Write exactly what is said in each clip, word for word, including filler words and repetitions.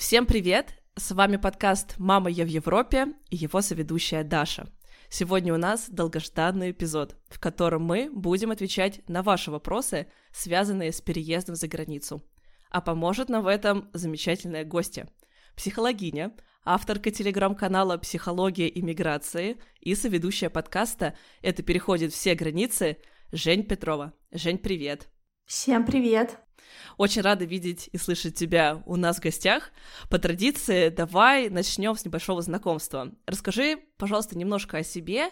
Всем привет! С вами подкаст «Мама, я в Европе» и его соведущая Даша. Сегодня у нас долгожданный эпизод, в котором мы будем отвечать на ваши вопросы, связанные с переездом за границу. А поможет нам в этом замечательная гостья, психологиня, авторка телеграм-канала «Психология иммиграции» и соведущая подкаста «Это переходит все границы» Жень Петрова. Жень, привет! Всем привет! Очень рада видеть и слышать тебя у нас в гостях. По традиции, давай начнем с небольшого знакомства. Расскажи, пожалуйста, немножко о себе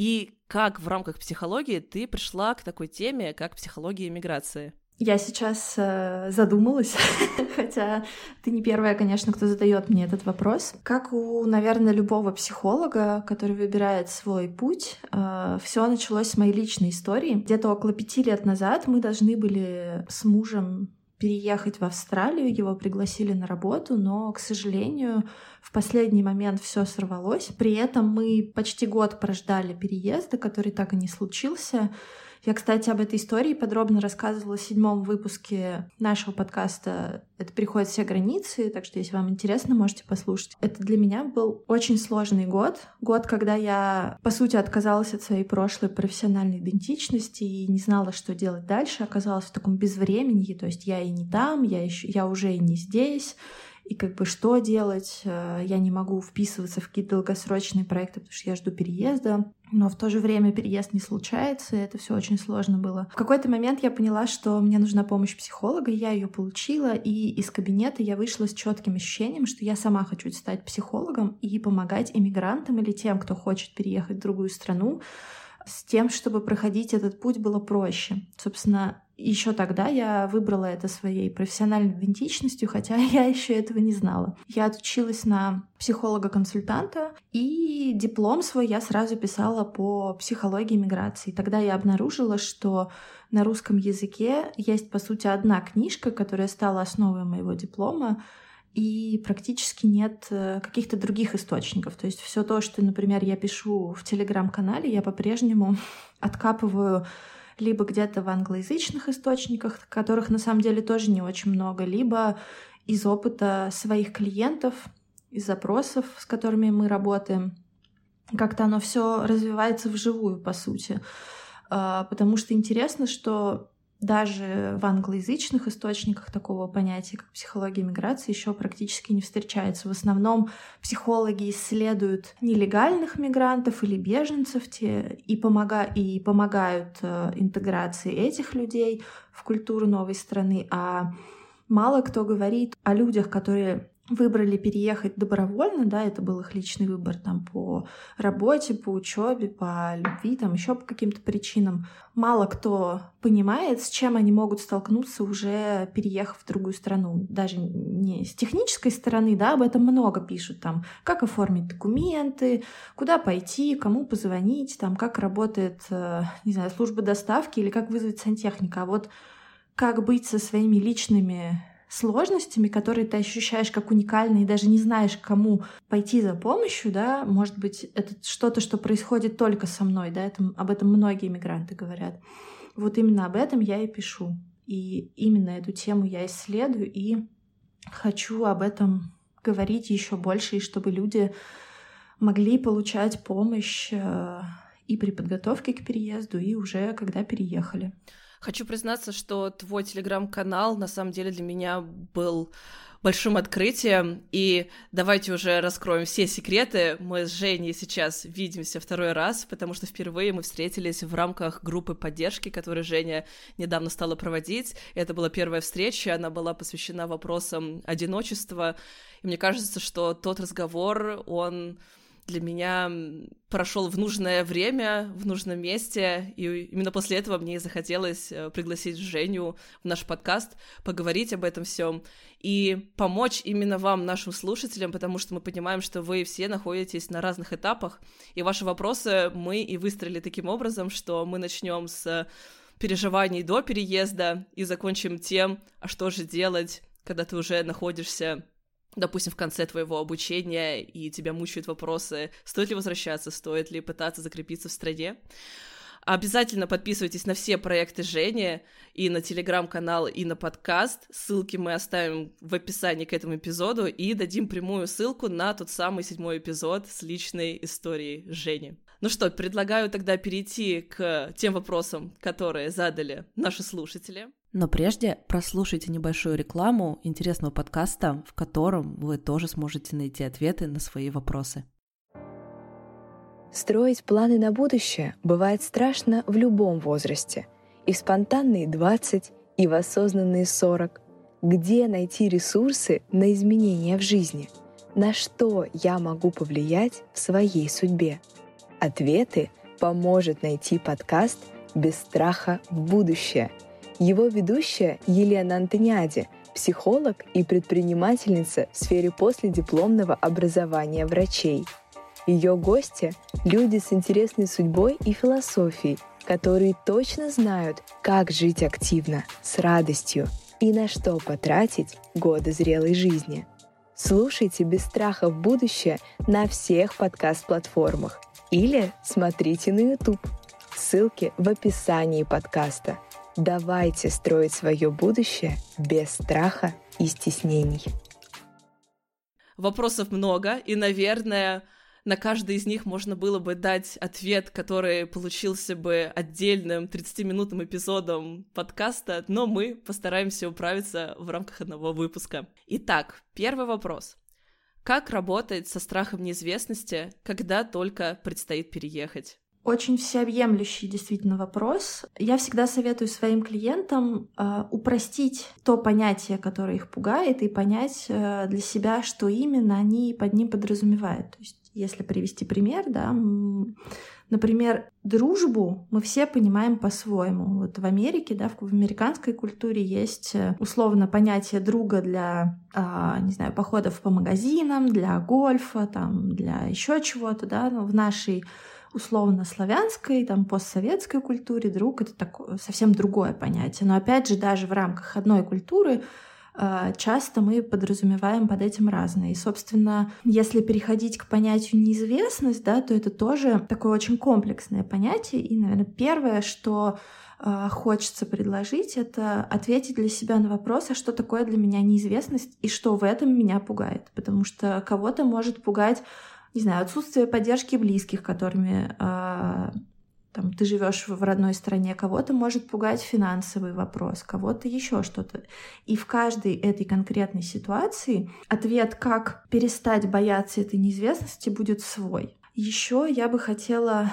и как в рамках психологии ты пришла к такой теме, как психология иммиграции. Я сейчас э, задумалась, хотя ты не первая, конечно, кто задает мне этот вопрос. Как у, наверное, любого психолога, который выбирает свой путь, э, все началось с моей личной истории. Где-то около пяти лет назад мы должны были с мужем переехать в Австралию, его пригласили на работу, но, к сожалению, в последний момент все сорвалось. При этом мы почти год прождали переезда, который так и не случился. Я, кстати, об этой истории подробно рассказывала в седьмом выпуске нашего подкаста «Это переходит все границы», так что, если вам интересно, можете послушать. Это для меня был очень сложный год. Год, когда я, по сути, отказалась от своей прошлой профессиональной идентичности и не знала, что делать дальше. Оказалась в таком безвременье, то есть я и не там, я, еще, я уже и не здесь. И как бы что делать? Я не могу вписываться в какие-то долгосрочные проекты, потому что я жду переезда. Но в то же время переезд не случается, и это все очень сложно было. В какой-то момент я поняла, что мне нужна помощь психолога, я ее получила, и из кабинета я вышла с четким ощущением, что я сама хочу стать психологом и помогать иммигрантам или тем, кто хочет переехать в другую страну, с тем, чтобы проходить этот путь было проще. Собственно, еще тогда я выбрала это своей профессиональной идентичностью, хотя я еще этого не знала. Я отучилась на психолога-консультанта, и диплом свой я сразу писала по психологии миграции. Тогда я обнаружила, что на русском языке есть, по сути, одна книжка, которая стала основой моего диплома, и практически нет каких-то других источников. То есть все то, что, например, я пишу в телеграм-канале, я по-прежнему откапываю либо где-то в англоязычных источниках, которых на самом деле тоже не очень много, либо из опыта своих клиентов, из запросов, с которыми мы работаем. Как-то оно все развивается вживую, по сути. Потому что интересно, что даже в англоязычных источниках такого понятия, как психология миграции, еще практически не встречается. В основном психологи исследуют нелегальных мигрантов или беженцев те, и, помога... и помогают интеграции этих людей в культуру новой страны, а мало кто говорит о людях, которые выбрали переехать добровольно, да, это был их личный выбор там по работе, по учебе, по любви, там еще по каким-то причинам. Мало кто понимает, с чем они могут столкнуться, уже переехав в другую страну. Даже не с технической стороны, да, об этом много пишут, там, как оформить документы, куда пойти, кому позвонить, там, как работает, не знаю, служба доставки или как вызвать сантехника. А вот как быть со своими личными сложностями, которые ты ощущаешь как уникальные, и даже не знаешь, к кому пойти за помощью, да, может быть, это что-то, что происходит только со мной, да, это, об этом многие мигранты говорят. Вот именно об этом я и пишу. И именно эту тему я исследую, и хочу об этом говорить еще больше, и чтобы люди могли получать помощь и при подготовке к переезду, и уже когда переехали. Хочу признаться, что твой телеграм-канал на самом деле для меня был большим открытием, и давайте уже раскроем все секреты. Мы с Женей сейчас видимся второй раз, потому что впервые мы встретились в рамках группы поддержки, которую Женя недавно стала проводить. Это была первая встреча, она была посвящена вопросам одиночества, и мне кажется, что тот разговор, он для меня прошел в нужное время, в нужном месте, и именно после этого мне захотелось пригласить Женю в наш подкаст, поговорить об этом всем и помочь именно вам, нашим слушателям, потому что мы понимаем, что вы все находитесь на разных этапах, и ваши вопросы мы и выстроили таким образом, что мы начнем с переживаний до переезда и закончим тем, а что же делать, когда ты уже находишься, допустим, в конце твоего обучения, и тебя мучают вопросы, стоит ли возвращаться, стоит ли пытаться закрепиться в стране. Обязательно подписывайтесь на все проекты Жени, и на телеграм-канал, и на подкаст. Ссылки мы оставим в описании к этому эпизоду и дадим прямую ссылку на тот самый седьмой эпизод с личной историей Жени. Ну что, предлагаю тогда перейти к тем вопросам, которые задали наши слушатели. Но прежде прослушайте небольшую рекламу интересного подкаста, в котором вы тоже сможете найти ответы на свои вопросы. Строить планы на будущее бывает страшно в любом возрасте. И в спонтанные двадцать, и в осознанные сорок. Где найти ресурсы на изменения в жизни? На что я могу повлиять в своей судьбе? Ответы поможет найти подкаст «Без страха в будущее». Его ведущая Елена Антониади, психолог и предпринимательница в сфере последипломного образования врачей. Ее гости — люди с интересной судьбой и философией, которые точно знают, как жить активно, с радостью и на что потратить годы зрелой жизни. Слушайте «Без страха в будущее» на всех подкаст-платформах или смотрите на YouTube. Ссылки в описании подкаста. Давайте строить свое будущее без страха и стеснений. Вопросов много, и, наверное, на каждый из них можно было бы дать ответ, который получился бы отдельным тридцатиминутным эпизодом подкаста, но мы постараемся управиться в рамках одного выпуска. Итак, первый вопрос. Как работать со страхом неизвестности, когда только предстоит переехать? Очень всеобъемлющий действительно вопрос. Я всегда советую своим клиентам э, упростить то понятие, которое их пугает, и понять э, для себя, что именно они под ним подразумевают. То есть, если привести пример, да, например, дружбу мы все понимаем по-своему. Вот в Америке, да, в американской культуре есть условно понятие друга для, э, не знаю, походов по магазинам, для гольфа, там, для еще чего-то, да, но в нашей условно-славянской, там, постсоветской культуре друг — это такое, совсем другое понятие. Но опять же, даже в рамках одной культуры э, часто мы подразумеваем под этим разное. И, собственно, если переходить к понятию неизвестность, да, то это тоже такое очень комплексное понятие. И, наверное, первое, что э, хочется предложить, это ответить для себя на вопрос, а что такое для меня неизвестность и что в этом меня пугает. Потому что кого-то может пугать, не знаю, отсутствие поддержки близких, которыми э, там, ты живешь в родной стране, кого-то может пугать финансовый вопрос, кого-то еще что-то. И в каждой этой конкретной ситуации ответ, как перестать бояться этой неизвестности, будет свой. Еще я бы хотела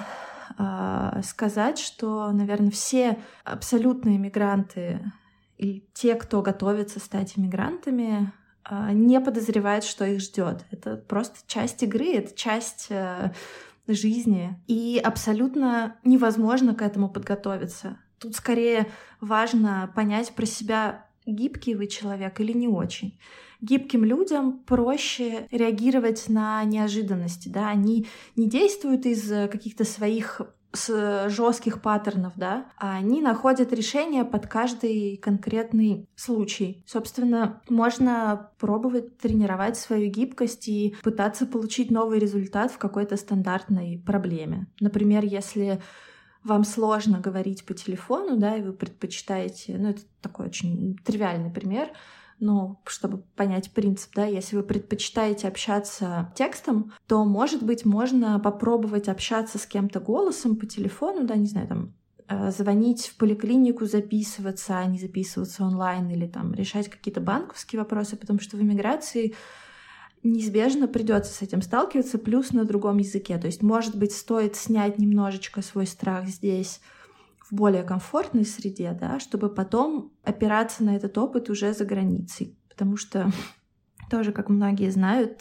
э, сказать, что, наверное, все абсолютные мигранты и те, кто готовится стать иммигрантами, не подозревает, что их ждет. Это просто часть игры, это часть э, жизни. И абсолютно невозможно к этому подготовиться. Тут скорее важно понять про себя, гибкий вы человек или не очень. Гибким людям проще реагировать на неожиданности. Да? Они не действуют из каких-то своих с жестких паттернов, да, а они находят решение под каждый конкретный случай. Собственно, можно пробовать тренировать свою гибкость и пытаться получить новый результат в какой-то стандартной проблеме. Например, если вам сложно говорить по телефону, да, и вы предпочитаете, ну, это такой очень тривиальный пример, но чтобы понять принцип, да, если вы предпочитаете общаться текстом, то, может быть, можно попробовать общаться с кем-то голосом по телефону, да, не знаю, там, звонить в поликлинику, записываться, а не записываться онлайн, или там решать какие-то банковские вопросы, потому что в эмиграции неизбежно придется с этим сталкиваться, плюс на другом языке. То есть, может быть, стоит снять немножечко свой страх здесь, в более комфортной среде, да, чтобы потом опираться на этот опыт уже за границей. Потому что тоже, как многие знают,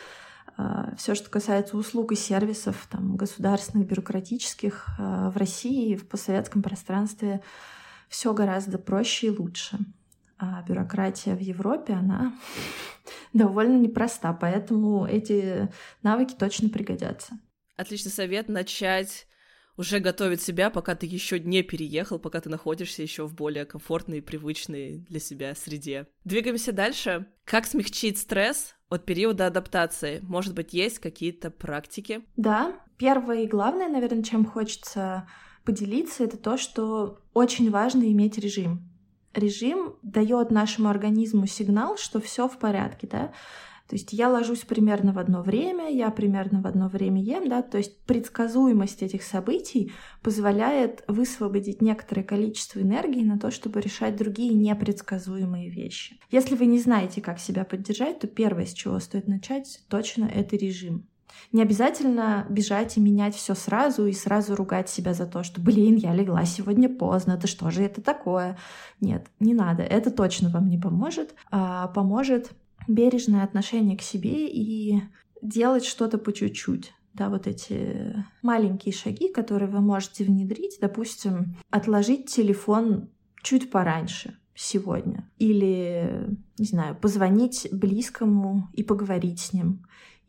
все, что касается услуг и сервисов там, государственных, бюрократических, в России, в постсоветском пространстве все гораздо проще и лучше. А бюрократия в Европе, она довольно непроста, поэтому эти навыки точно пригодятся. Отличный совет — начать уже готовить себя, пока ты еще не переехал, пока ты находишься еще в более комфортной и привычной для себя среде. Двигаемся дальше. Как смягчить стресс от периода адаптации? Может быть, есть какие-то практики? Да. Первое и главное, наверное, чем хочется поделиться, это то, что очень важно иметь режим. Режим дает нашему организму сигнал, что все в порядке, да. То есть я ложусь примерно в одно время, я примерно в одно время ем, да, то есть предсказуемость этих событий позволяет высвободить некоторое количество энергии на то, чтобы решать другие непредсказуемые вещи. Если вы не знаете, как себя поддержать, то первое, с чего стоит начать, точно это режим. Не обязательно бежать и менять все сразу и сразу ругать себя за то, что, блин, я легла сегодня поздно, да что же это такое? Нет, не надо, это точно вам не поможет. А поможет бережное отношение к себе и делать что-то по чуть-чуть. Да, вот эти маленькие шаги, которые вы можете внедрить, допустим, отложить телефон чуть пораньше сегодня. Или, не знаю, позвонить близкому и поговорить с ним.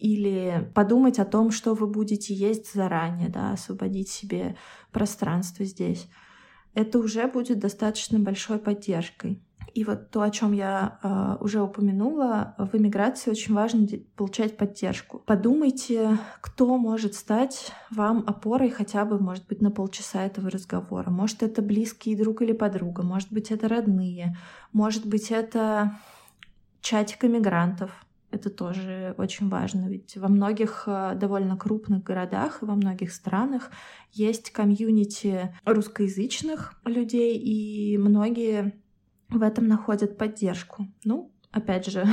Или подумать о том, что вы будете есть заранее, да, освободить себе пространство здесь. Это уже будет достаточно большой поддержкой. И вот то, о чем я э, уже упомянула, в эмиграции очень важно получать поддержку. Подумайте, кто может стать вам опорой хотя бы, может быть, на полчаса этого разговора. Может, это близкий друг или подруга, может быть, это родные, может быть, это чатик эмигрантов. Это тоже очень важно, ведь во многих довольно крупных городах и во многих странах есть комьюнити русскоязычных людей, и многие в этом находят поддержку. Ну, опять же,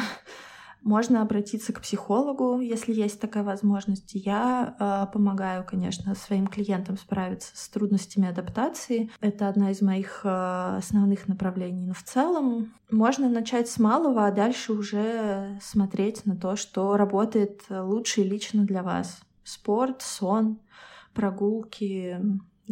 можно обратиться к психологу, если есть такая возможность. Я э, помогаю, конечно, своим клиентам справиться с трудностями адаптации. Это одна из моих э, основных направлений. Но в целом можно начать с малого, а дальше уже смотреть на то, что работает лучше лично для вас. Спорт, сон, прогулки,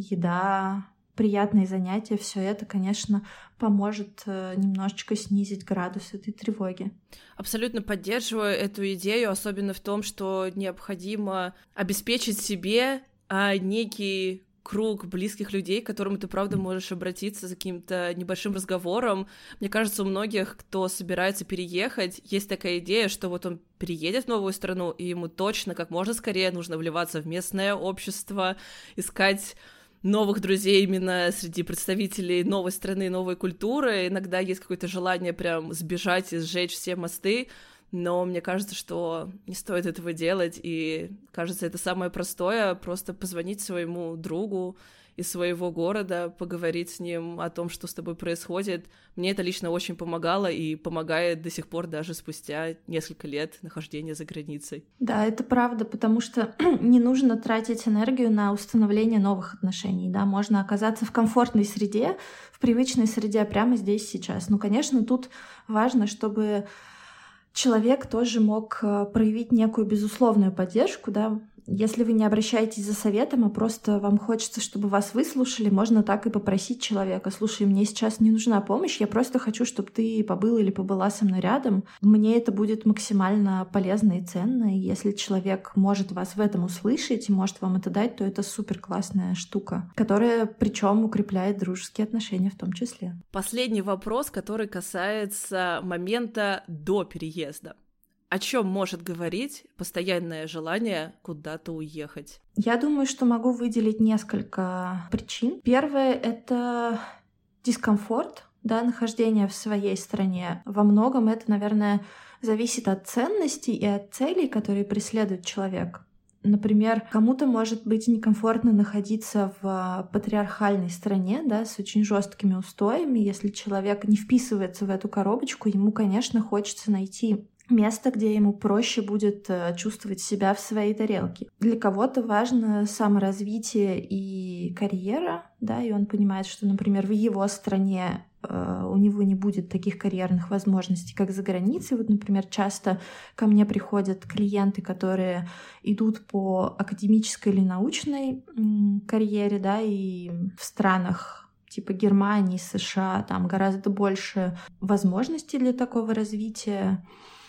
еда, приятные занятия, все это, конечно, поможет немножечко снизить градус этой тревоги. Абсолютно поддерживаю эту идею, особенно в том, что необходимо обеспечить себе а, некий круг близких людей, к которым ты, правда, можешь обратиться за каким-то небольшим разговором. Мне кажется, у многих, кто собирается переехать, есть такая идея, что вот он переедет в новую страну, и ему точно как можно скорее нужно вливаться в местное общество, искать новых друзей именно среди представителей новой страны, новой культуры. Иногда есть какое-то желание прям сбежать и сжечь все мосты, но мне кажется, что не стоит этого делать, и, кажется, это самое простое — просто позвонить своему другу из своего города, поговорить с ним о том, что с тобой происходит. Мне это лично очень помогало и помогает до сих пор, даже спустя несколько лет нахождения за границей. Да, это правда, потому что не нужно тратить энергию на установление новых отношений, да, можно оказаться в комфортной среде, в привычной среде прямо здесь, сейчас. Ну, конечно, тут важно, чтобы человек тоже мог проявить некую безусловную поддержку, да. Если вы не обращаетесь за советом, а просто вам хочется, чтобы вас выслушали, можно так и попросить человека: слушай, мне сейчас не нужна помощь, я просто хочу, чтобы ты побыл или побыла со мной рядом. Мне это будет максимально полезно и ценно, и если человек может вас в этом услышать и может вам это дать, то это супер классная штука, которая причем укрепляет дружеские отношения в том числе. Последний вопрос, который касается момента до переезда. О чем может говорить постоянное желание куда-то уехать? Я думаю, что могу выделить несколько причин. Первое — это дискомфорт, да, нахождение в своей стране. Во многом это, наверное, зависит от ценностей и от целей, которые преследует человек. Например, кому-то может быть некомфортно находиться в патриархальной стране, да, с очень жесткими устоями. Если человек не вписывается в эту коробочку, ему, конечно, хочется найти место, где ему проще будет чувствовать себя в своей тарелке. Для кого-то важно саморазвитие и карьера, да, и он понимает, что, например, в его стране э, у него не будет таких карьерных возможностей, как за границей. Вот, например, часто ко мне приходят клиенты, которые идут по академической или научной м, карьере, да, и в странах типа Германии, США там гораздо больше возможностей для такого развития.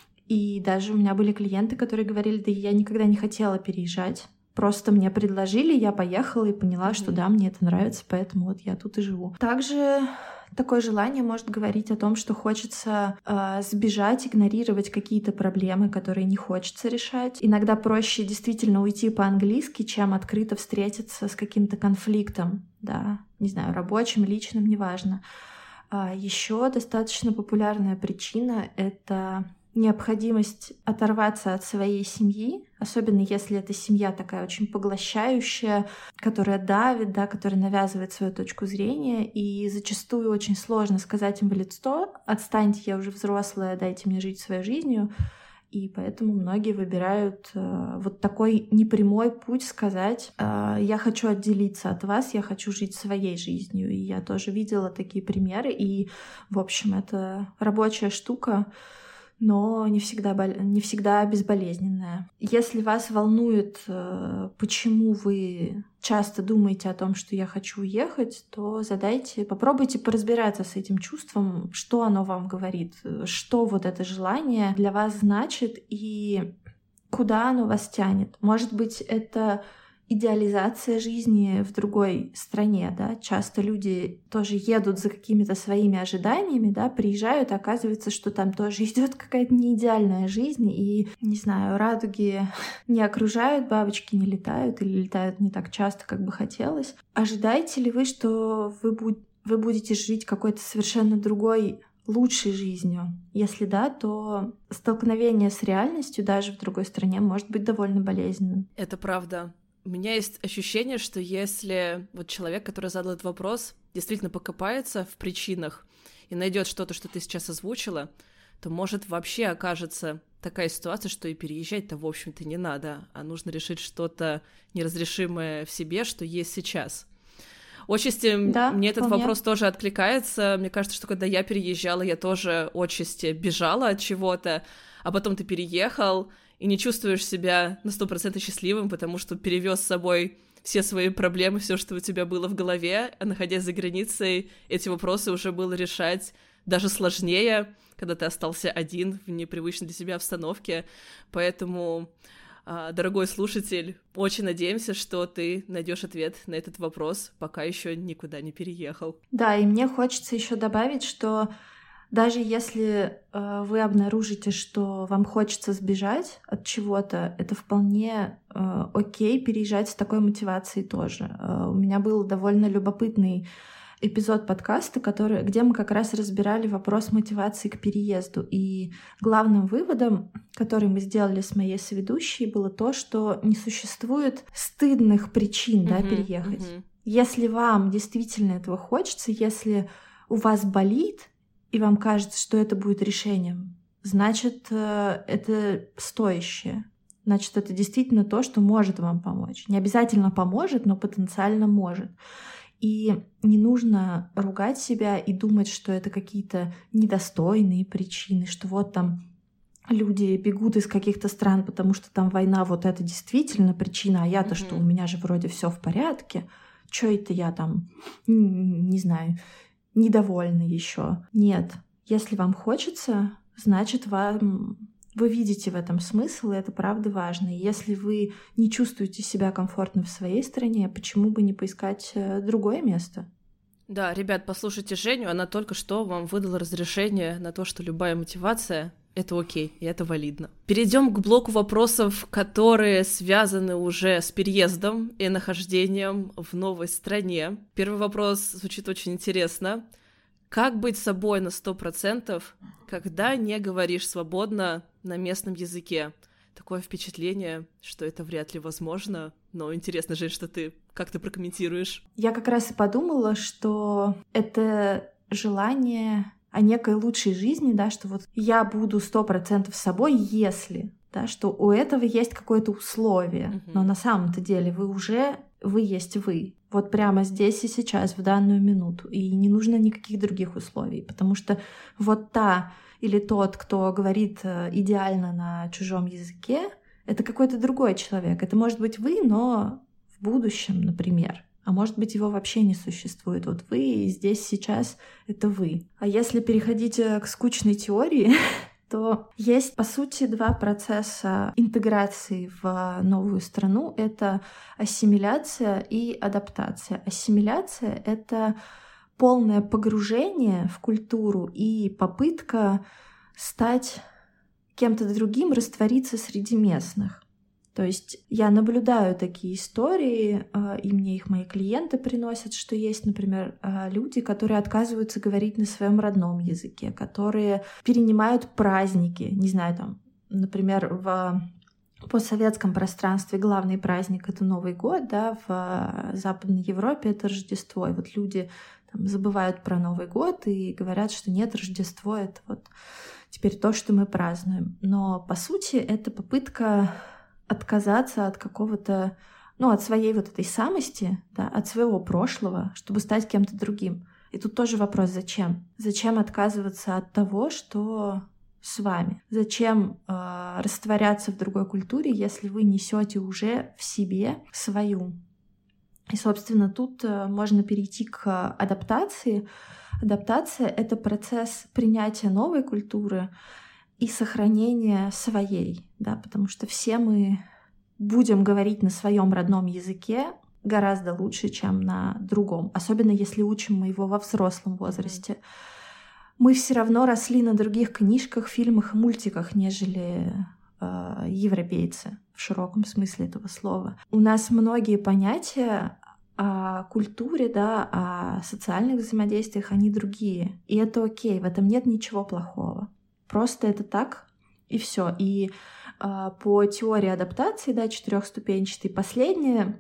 И даже у меня были клиенты, которые говорили: да я никогда не хотела переезжать. Просто мне предложили, я поехала и поняла, mm-hmm. что да, мне это нравится, поэтому вот я тут и живу. Также такое желание может говорить о том, что хочется э, сбежать, игнорировать какие-то проблемы, которые не хочется решать. Иногда проще действительно уйти по-английски, чем открыто встретиться с каким-то конфликтом. да, не знаю, рабочим, личным, неважно. А еще достаточно популярная причина — это необходимость оторваться от своей семьи, особенно если эта семья такая очень поглощающая, которая давит, да, которая навязывает свою точку зрения, и зачастую очень сложно сказать им в лицо: «Отстаньте, я уже взрослая, дайте мне жить своей жизнью». И поэтому многие выбирают э, вот такой непрямой путь сказать: э, «Я хочу отделиться от вас, я хочу жить своей жизнью». И я тоже видела такие примеры, и, в общем, это рабочая штука, но не всегда, бол... не всегда безболезненная. Если вас волнует, э, почему вы часто думаете о том, что я хочу уехать, то задайте, попробуйте поразбираться с этим чувством, что оно вам говорит, что вот это желание для вас значит и куда оно вас тянет. Может быть, это идеализация жизни в другой стране, да, часто люди тоже едут за какими-то своими ожиданиями, да, приезжают, оказывается, что там тоже идет какая-то неидеальная жизнь, и, не знаю, радуги не окружают, бабочки не летают или летают не так часто, как бы хотелось. Ожидаете ли вы, что вы, будь, вы будете жить какой-то совершенно другой, лучшей жизнью? Если да, то столкновение с реальностью даже в другой стране может быть довольно болезненным. Это правда. У меня есть ощущение, что если вот человек, который задал этот вопрос, действительно покопается в причинах и найдет что-то, что ты сейчас озвучила, то, может, вообще окажется такая ситуация, что и переезжать-то, в общем-то, не надо, а нужно решить что-то неразрешимое в себе, что есть сейчас. Отчасти да, мне этот вполне. вопрос тоже откликается. Мне кажется, что когда я переезжала, я тоже отчасти бежала от чего-то, а потом ты переехал, и не чувствуешь себя на сто процентов счастливым, потому что перевез с собой все свои проблемы, все, что у тебя было в голове, а находясь за границей, эти вопросы уже было решать даже сложнее, когда ты остался один в непривычной для себя обстановке. Поэтому, дорогой слушатель, очень надеемся, что ты найдешь ответ на этот вопрос, пока еще никуда не переехал. Да, и мне хочется еще добавить, что даже если э, вы обнаружите, что вам хочется сбежать от чего-то, это вполне э, окей переезжать с такой мотивацией тоже. Э, у меня был довольно любопытный эпизод подкаста, который, где мы как раз разбирали вопрос мотивации к переезду. И главным выводом, который мы сделали с моей соведущей, было то, что не существует стыдных причин, mm-hmm, да, переехать. Mm-hmm. Если вам действительно этого хочется, если у вас болит, и вам кажется, что это будет решением, значит, это стоящее. Значит, это действительно то, что может вам помочь. Не обязательно поможет, но потенциально может. И не нужно ругать себя и думать, что это какие-то недостойные причины, что вот там люди бегут из каких-то стран, потому что там война, вот это действительно причина, а я-то mm-hmm. что, у меня же вроде все в порядке. Чё это я там, не знаю, недовольны еще. Нет. Если вам хочется, значит, вам... вы видите в этом смысл, и это правда важно. И если вы не чувствуете себя комфортно в своей стране, почему бы не поискать другое место? Да, ребят, послушайте Женю, она только что вам выдала разрешение на то, что любая мотивация — это окей, и это валидно. Перейдем к блоку вопросов, которые связаны уже с переездом и нахождением в новой стране. Первый вопрос звучит очень интересно. Как быть собой на сто процентов, когда не говоришь свободно на местном языке? Такое впечатление, что это вряд ли возможно, но интересно, Жень, что ты, как ты прокомментируешь? Я как раз и подумала, что это желание о некой лучшей жизни, да, что вот я буду сто процентов собой, если, да, что у этого есть какое-то условие, uh-huh. но на самом-то деле вы уже, вы есть вы, вот прямо здесь и сейчас, в данную минуту, и не нужно никаких других условий, потому что вот та или тот, кто говорит идеально на чужом языке, это какой-то другой человек, это может быть вы, но в будущем, например. А может быть, его вообще не существует. Вот вы здесь сейчас — это вы. А если переходить к скучной теории, то есть, по сути, два процесса интеграции в новую страну. Это ассимиляция и адаптация. Ассимиляция — это полное погружение в культуру и попытка стать кем-то другим, раствориться среди местных. То есть я наблюдаю такие истории, и мне их мои клиенты приносят, что есть, например, люди, которые отказываются говорить на своем родном языке, которые перенимают праздники, не знаю, там, например, в постсоветском пространстве главный праздник — это Новый год, да, в Западной Европе это Рождество, и вот люди там забывают про Новый год и говорят, что нет, Рождество — это вот теперь то, что мы празднуем. Но, по сути, это попытка отказаться от какого-то, ну, от своей вот этой самости, да, от своего прошлого, чтобы стать кем-то другим. И тут тоже вопрос, зачем? Зачем отказываться от того, что с вами? Зачем э, растворяться в другой культуре, если вы несете уже в себе свою? И, собственно, тут э, можно перейти к адаптации. Адаптация — это процесс принятия новой культуры и сохранения своей, да, потому что все мы будем говорить на своем родном языке гораздо лучше, чем на другом, особенно если учим мы его во взрослом возрасте. Мы все равно росли на других книжках, фильмах и мультиках, нежели э, европейцы в широком смысле этого слова. У нас многие понятия о культуре, да, о социальных взаимодействиях, они другие. И это окей, в этом нет ничего плохого. Просто это так, и все. И э, по теории адаптации, да, четырехступенчатой, последний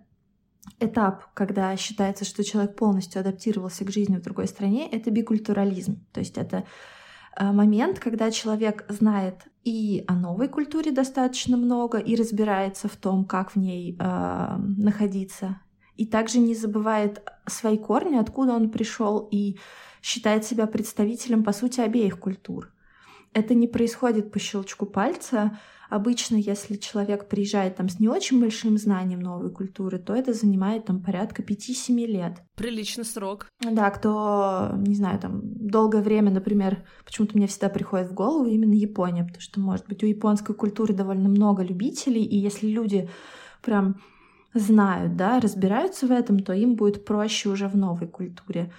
этап, когда считается, что человек полностью адаптировался к жизни в другой стране, это бикультурализм. То есть это э, момент, когда человек знает и о новой культуре достаточно много, и разбирается в том, как в ней э, находиться, и также не забывает свои корни, откуда он пришел, и считает себя представителем, по сути, обеих культур. Это не происходит по щелчку пальца. Обычно, если человек приезжает там с не очень большим знанием новой культуры, то это занимает там порядка пяти-семи лет. Приличный срок. Да, кто, не знаю, там долгое время, например, почему-то мне всегда приходит в голову именно Япония, потому что, может быть, у японской культуры довольно много любителей, и если люди прям знают, да, разбираются в этом, то им будет проще уже в новой культуре.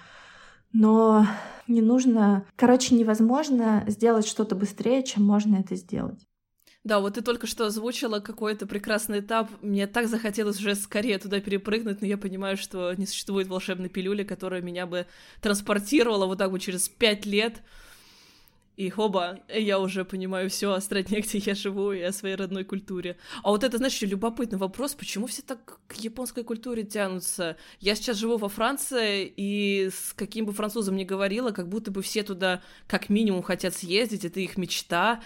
Но не нужно... Короче, невозможно сделать что-то быстрее, чем можно это сделать. Да, вот ты только что озвучила какой-то прекрасный этап. Мне так захотелось уже скорее туда перепрыгнуть, но я понимаю, что не существует волшебной пилюли, которая меня бы транспортировала вот так вот через пять лет. И хоба, я уже понимаю все о стране, где я живу, и о своей родной культуре. А вот это, знаешь, любопытный вопрос, почему все так к японской культуре тянутся? Я сейчас живу во Франции, и с каким бы французом ни говорила, как будто бы все туда как минимум хотят съездить, это их мечта,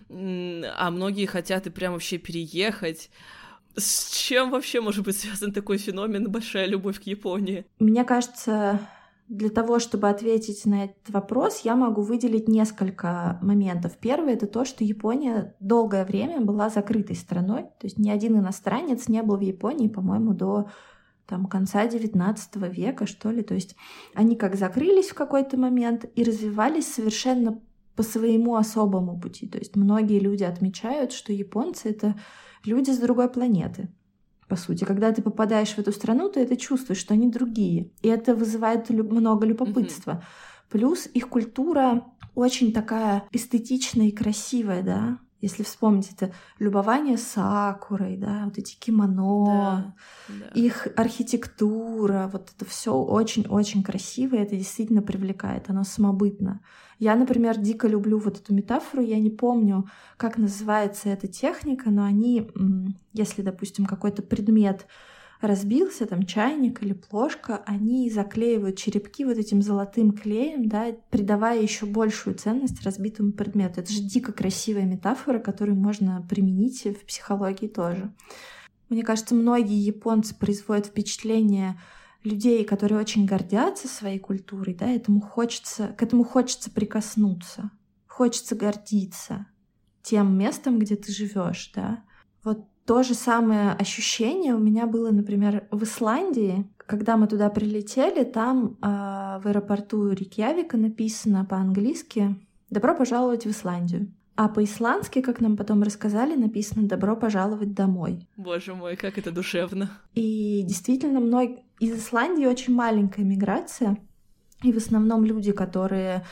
а многие хотят и прям вообще переехать. С чем вообще может быть связан такой феномен, большая любовь к Японии? Мне кажется... Для того, чтобы ответить на этот вопрос, я могу выделить несколько моментов. Первый — это то, что Япония долгое время была закрытой страной, то есть ни один иностранец не был в Японии, по-моему, до там, конца девятнадцатого века, что ли. То есть они как закрылись в какой-то момент и развивались совершенно по своему особому пути. То есть многие люди отмечают, что японцы — это люди с другой планеты. По сути, когда ты попадаешь в эту страну, ты это чувствуешь, что они другие. И это вызывает лю- много любопытства. Mm-hmm. Плюс их культура очень такая эстетичная и красивая, да. Если вспомнить, это любование сакурой, да, вот эти кимоно, да, да. Их архитектура, вот это все очень-очень красиво, и это действительно привлекает, оно самобытно. Я, например, дико люблю вот эту метафору, я не помню, как называется эта техника, но они, если, допустим, какой-то предмет разбился, там чайник или плошка, они заклеивают черепки вот этим золотым клеем, да, придавая еще большую ценность разбитому предмету. Это же дико красивая метафора, которую можно применить в психологии тоже. Мне кажется, многие японцы производят впечатление людей, которые очень гордятся своей культурой, да, этому хочется, к этому хочется прикоснуться, хочется гордиться тем местом, где ты живешь, да. Вот то же самое ощущение у меня было, например, в Исландии. Когда мы туда прилетели, там э, в аэропорту Рейкьявика написано по-английски «Добро пожаловать в Исландию». А по-исландски, как нам потом рассказали, написано «Добро пожаловать домой». Боже мой, как это душевно. И действительно, многие... из Исландии очень маленькая миграция, и в основном люди, которые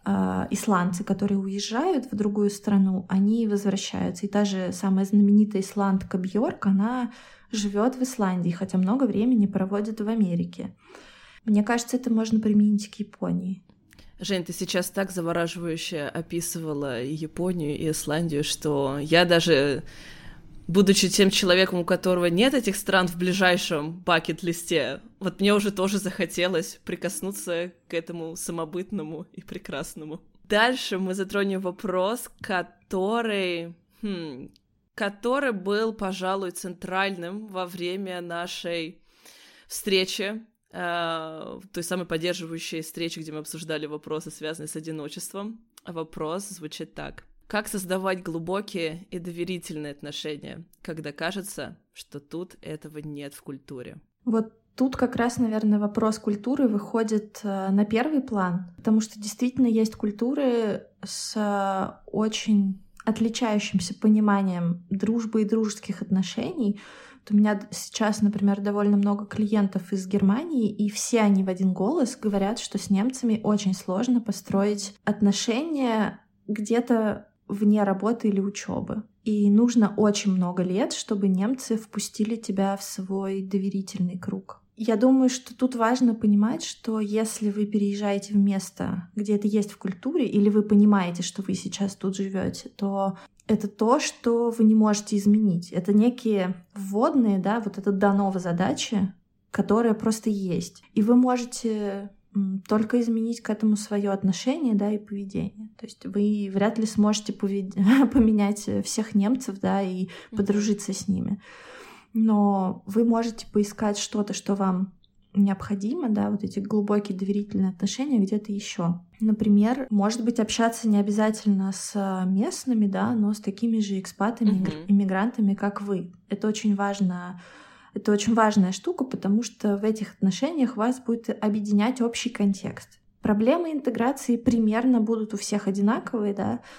э, исландцы, которые уезжают в другую страну, они возвращаются. И та же самая знаменитая исландка Бьорк, она живет в Исландии, хотя много времени проводит в Америке. Мне кажется, это можно применить к Японии. Жень, ты сейчас так завораживающе описывала и Японию, и Исландию, что я даже, будучи тем человеком, у которого нет этих стран в ближайшем бакет-листе, вот мне уже тоже захотелось прикоснуться к этому самобытному и прекрасному. Дальше мы затронем вопрос, который, хм, который был, пожалуй, центральным во время нашей встречи, той самой поддерживающей встречи, где мы обсуждали вопросы, связанные с одиночеством. Вопрос звучит так. Как создавать глубокие и доверительные отношения, когда кажется, что тут этого нет в культуре? Вот тут как раз, наверное, вопрос культуры выходит на первый план, потому что действительно есть культуры с очень отличающимся пониманием дружбы и дружеских отношений. У меня сейчас, например, довольно много клиентов из Германии, и все они в один голос говорят, что с немцами очень сложно построить отношения где-то вне работы или учебы. И нужно очень много лет, чтобы немцы впустили тебя в свой доверительный круг. Я думаю, что тут важно понимать, что если вы переезжаете в место, где это есть в культуре, или вы понимаете, что вы сейчас тут живете, то это то, что вы не можете изменить. Это некие вводные, да, вот это дано в задачи, которые просто есть. И вы можете только изменить к этому свое отношение, да, и поведение. То есть вы вряд ли сможете повед... поменять всех немцев, да, и подружиться с ними. Но вы можете поискать что-то, что вам необходимо, да, вот эти глубокие доверительные отношения где-то еще. Например, может быть, общаться не обязательно с местными, да, но с такими же экспатами, mm-hmm. иммигрантами, как вы. Это очень важно. Это очень важная штука, потому что в этих отношениях вас будет объединять общий контекст. Проблемы интеграции примерно будут у всех одинаковые,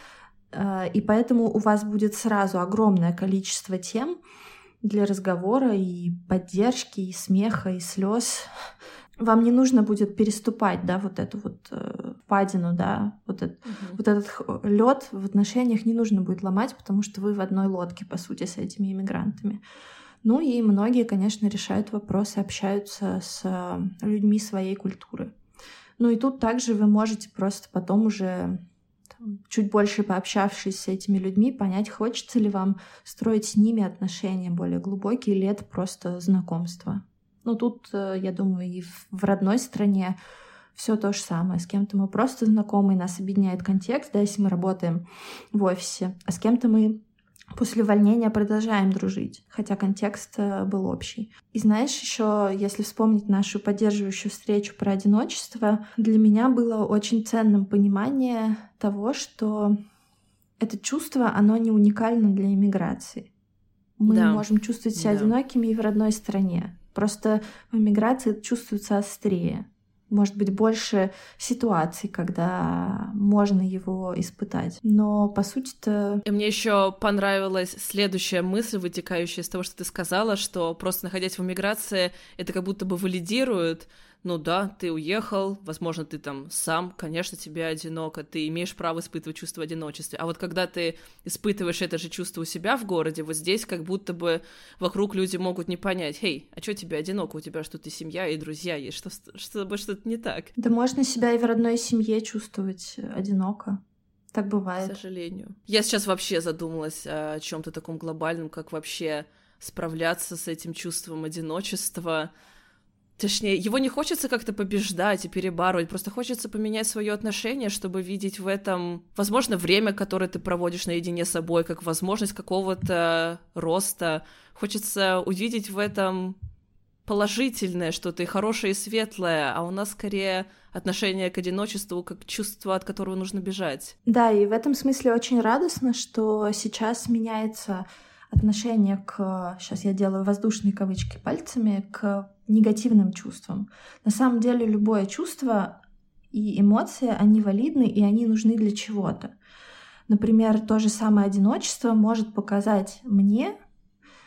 да, и поэтому у вас будет сразу огромное количество тем для разговора и поддержки, и смеха, и слез. Вам не нужно будет переступать, да, вот эту вот э, впадину, да, вот, это, uh-huh. вот этот лед в отношениях не нужно будет ломать, потому что вы в одной лодке, по сути, с этими иммигрантами. Ну и многие, конечно, решают вопросы, общаются с людьми своей культуры. Ну и тут также вы можете просто потом уже чуть больше пообщавшись с этими людьми, понять, хочется ли вам строить с ними отношения более глубокие, или это просто знакомство. Ну, тут, я думаю, и в родной стране все то же самое. С кем-то мы просто знакомы, нас объединяет контекст, да, если мы работаем в офисе, а с кем-то мы после увольнения продолжаем дружить, хотя контекст был общий. И знаешь, еще, если вспомнить нашу поддерживающую встречу про одиночество, для меня было очень ценным понимание того, что это чувство, оно не уникально для иммиграции. Мы да. можем чувствовать себя да. одинокими и в родной стране. Просто в иммиграции это чувствуется острее. Может быть, больше ситуаций, когда можно его испытать. Но, по сути-то... И мне еще понравилась следующая мысль, вытекающая из того, что ты сказала, что просто находясь в эмиграции, это как будто бы валидирует. Ну да, ты уехал, возможно, ты там сам, конечно, тебе одиноко, ты имеешь право испытывать чувство одиночества. А вот когда ты испытываешь это же чувство у себя в городе, вот здесь как будто бы вокруг люди могут не понять: «Хей, а что тебе одиноко? У тебя что-то семья и друзья есть, что с тобой что-то не так». Да можно себя и в родной семье чувствовать одиноко. Так бывает. К сожалению. Я сейчас вообще задумалась о чем-то таком глобальном, как вообще справляться с этим чувством одиночества. Точнее, его не хочется как-то побеждать и перебарывать, просто хочется поменять свое отношение, чтобы видеть в этом, возможно, время, которое ты проводишь наедине с собой, как возможность какого-то роста. Хочется увидеть в этом положительное что-то, и хорошее, и светлое, а у нас скорее отношение к одиночеству как чувство, от которого нужно бежать. Да, и в этом смысле очень радостно, что сейчас меняется отношение к, сейчас я делаю воздушные кавычки пальцами, к негативным чувствам. На самом деле любое чувство и эмоции, они валидны, и они нужны для чего-то. Например, то же самое одиночество может показать мне,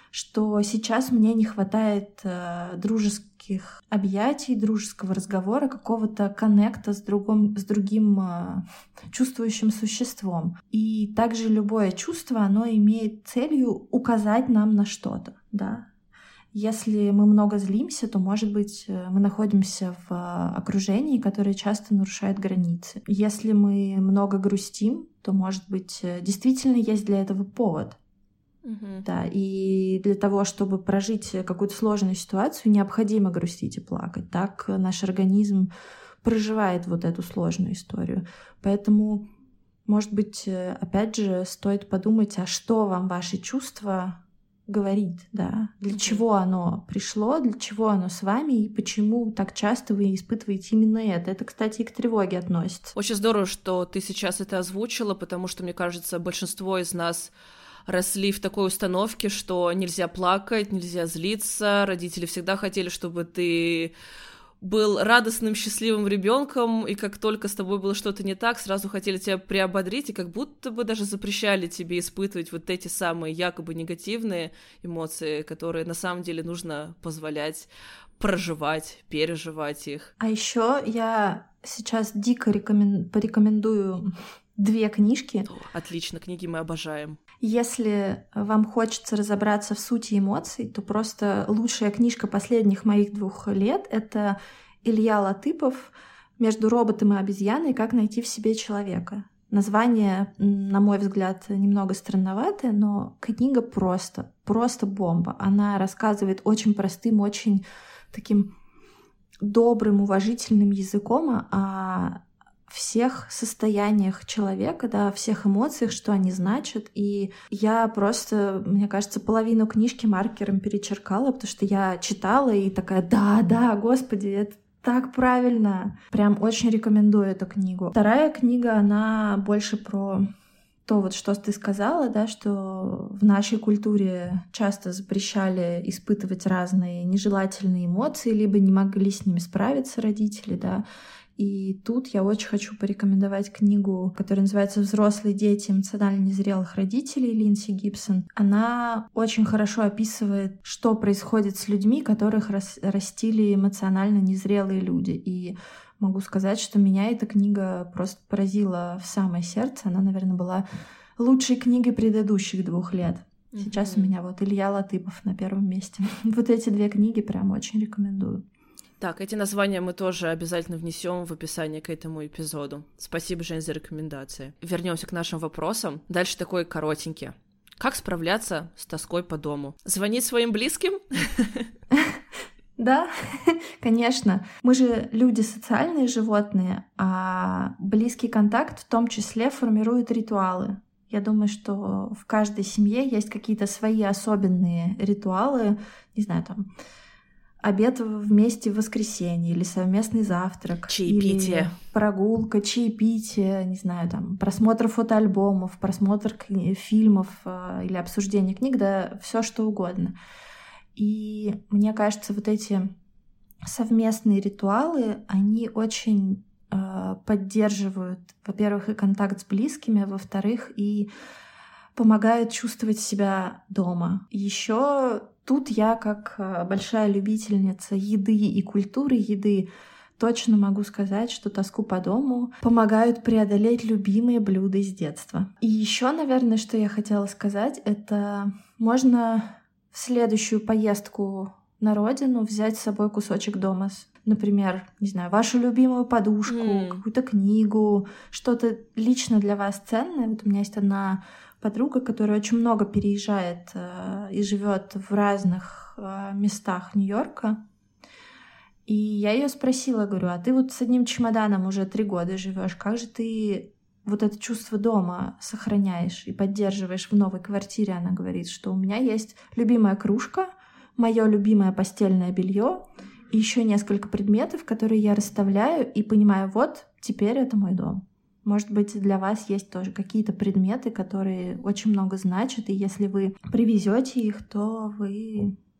что сейчас мне не хватает э, дружеских объятий, дружеского разговора, какого-то коннекта с, другом, с другим э, чувствующим существом. И также любое чувство, оно имеет целью указать нам на что-то, да. Если мы много злимся, то, может быть, мы находимся в окружении, которое часто нарушает границы. Если мы много грустим, то, может быть, действительно есть для этого повод. Mm-hmm. Да, и для того, чтобы прожить какую-то сложную ситуацию, необходимо грустить и плакать. Так наш организм проживает вот эту сложную историю. Поэтому, может быть, опять же, стоит подумать, а что вам ваши чувства говорит, да, для mm-hmm. чего оно пришло, для чего оно с вами и почему так часто вы испытываете именно это. Это, кстати, и к тревоге относится. Очень здорово, что ты сейчас это озвучила, потому что, мне кажется, большинство из нас росли в такой установке, что нельзя плакать, нельзя злиться. Родители всегда хотели, чтобы ты был радостным, счастливым ребенком, и как только с тобой было что-то не так, сразу хотели тебя приободрить, и как будто бы даже запрещали тебе испытывать вот эти самые якобы негативные эмоции, которые на самом деле нужно позволять проживать, переживать их. А еще я сейчас дико рекомен... порекомендую две книжки. Отлично, книги мы обожаем. Если вам хочется разобраться в сути эмоций, то просто лучшая книжка последних моих двух лет — это Илья Латыпов «Между роботом и обезьяной. Как найти в себе человека». Название, на мой взгляд, немного странноватое, но книга просто, просто бомба. Она рассказывает очень простым, очень таким добрым, уважительным языком о всех состояниях человека, да, всех эмоциях, что они значат. И я просто, мне кажется, половину книжки маркером перечеркала, потому что я читала и такая: да, да, господи, это так правильно. Прям очень рекомендую эту книгу. Вторая книга, она больше про то, вот что ты сказала, да, что в нашей культуре часто запрещали испытывать разные нежелательные эмоции, либо не могли с ними справиться родители, да. И тут я очень хочу порекомендовать книгу, которая называется «Взрослые дети эмоционально незрелых родителей» Линдси Гибсон. Она очень хорошо описывает, что происходит с людьми, которых рас- растили эмоционально незрелые люди. И могу сказать, что меня эта книга просто поразила в самое сердце. Она, наверное, была лучшей книгой предыдущих двух лет. Сейчас mm-hmm. у меня вот Илья Латыпов на первом месте. Вот эти две книги прям очень рекомендую. Так, эти названия мы тоже обязательно внесем в описание к этому эпизоду. Спасибо, Жень, за рекомендации. Вернемся к нашим вопросам. Дальше такой коротенький. Как справляться с тоской по дому? Звонить своим близким? Да, конечно. Мы же люди социальные животные, а близкий контакт в том числе формирует ритуалы. Я думаю, что в каждой семье есть какие-то свои особенные ритуалы, не знаю, там, обед вместе в воскресенье, или совместный завтрак, чаепитие, или прогулка, чаепитие, не знаю, там, просмотр фотоальбомов, просмотр кни- фильмов э, или обсуждение книг, да, все что угодно. И мне кажется, вот эти совместные ритуалы, они очень э, поддерживают, во-первых, и контакт с близкими, а во-вторых, и помогают чувствовать себя дома. Еще тут я, как большая любительница еды и культуры еды, точно могу сказать, что тоску по дому помогают преодолеть любимые блюда из детства. И еще, наверное, что я хотела сказать, это можно в следующую поездку на родину взять с собой кусочек дома. Например, не знаю, вашу любимую подушку, mm. какую-то книгу, что-то лично для вас ценное. Вот у меня есть одна подруга, которая очень много переезжает э, и живет в разных э, местах Нью-Йорка. И я ее спросила, говорю, а ты вот с одним чемоданом уже три года живешь, как же ты вот это чувство дома сохраняешь и поддерживаешь в новой квартире? Она говорит, что у меня есть любимая кружка, мое любимое постельное белье и еще несколько предметов, которые я расставляю и понимаю, вот теперь это мой дом. Может быть, для вас есть тоже какие-то предметы, которые очень много значат, и если вы привезете их, то вы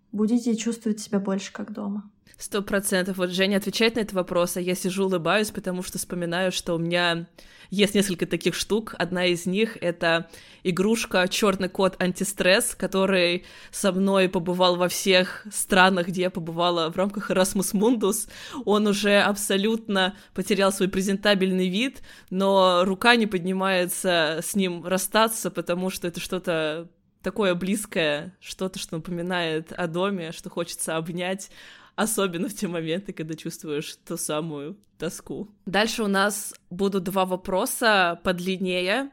будете чувствовать себя больше как дома. Сто процентов. Вот Женя отвечает на этот вопрос, а я сижу, улыбаюсь, потому что вспоминаю, что у меня есть несколько таких штук. Одна из них — это игрушка «Черный кот антистресс», который со мной побывал во всех странах, где я побывала в рамках Erasmus Mundus. Он уже абсолютно потерял свой презентабельный вид, но рука не поднимается с ним расстаться, потому что это что-то такое близкое, что-то, что напоминает о доме, что хочется обнять, особенно в те моменты, когда чувствуешь ту самую тоску. Дальше у нас будут два вопроса подлиннее,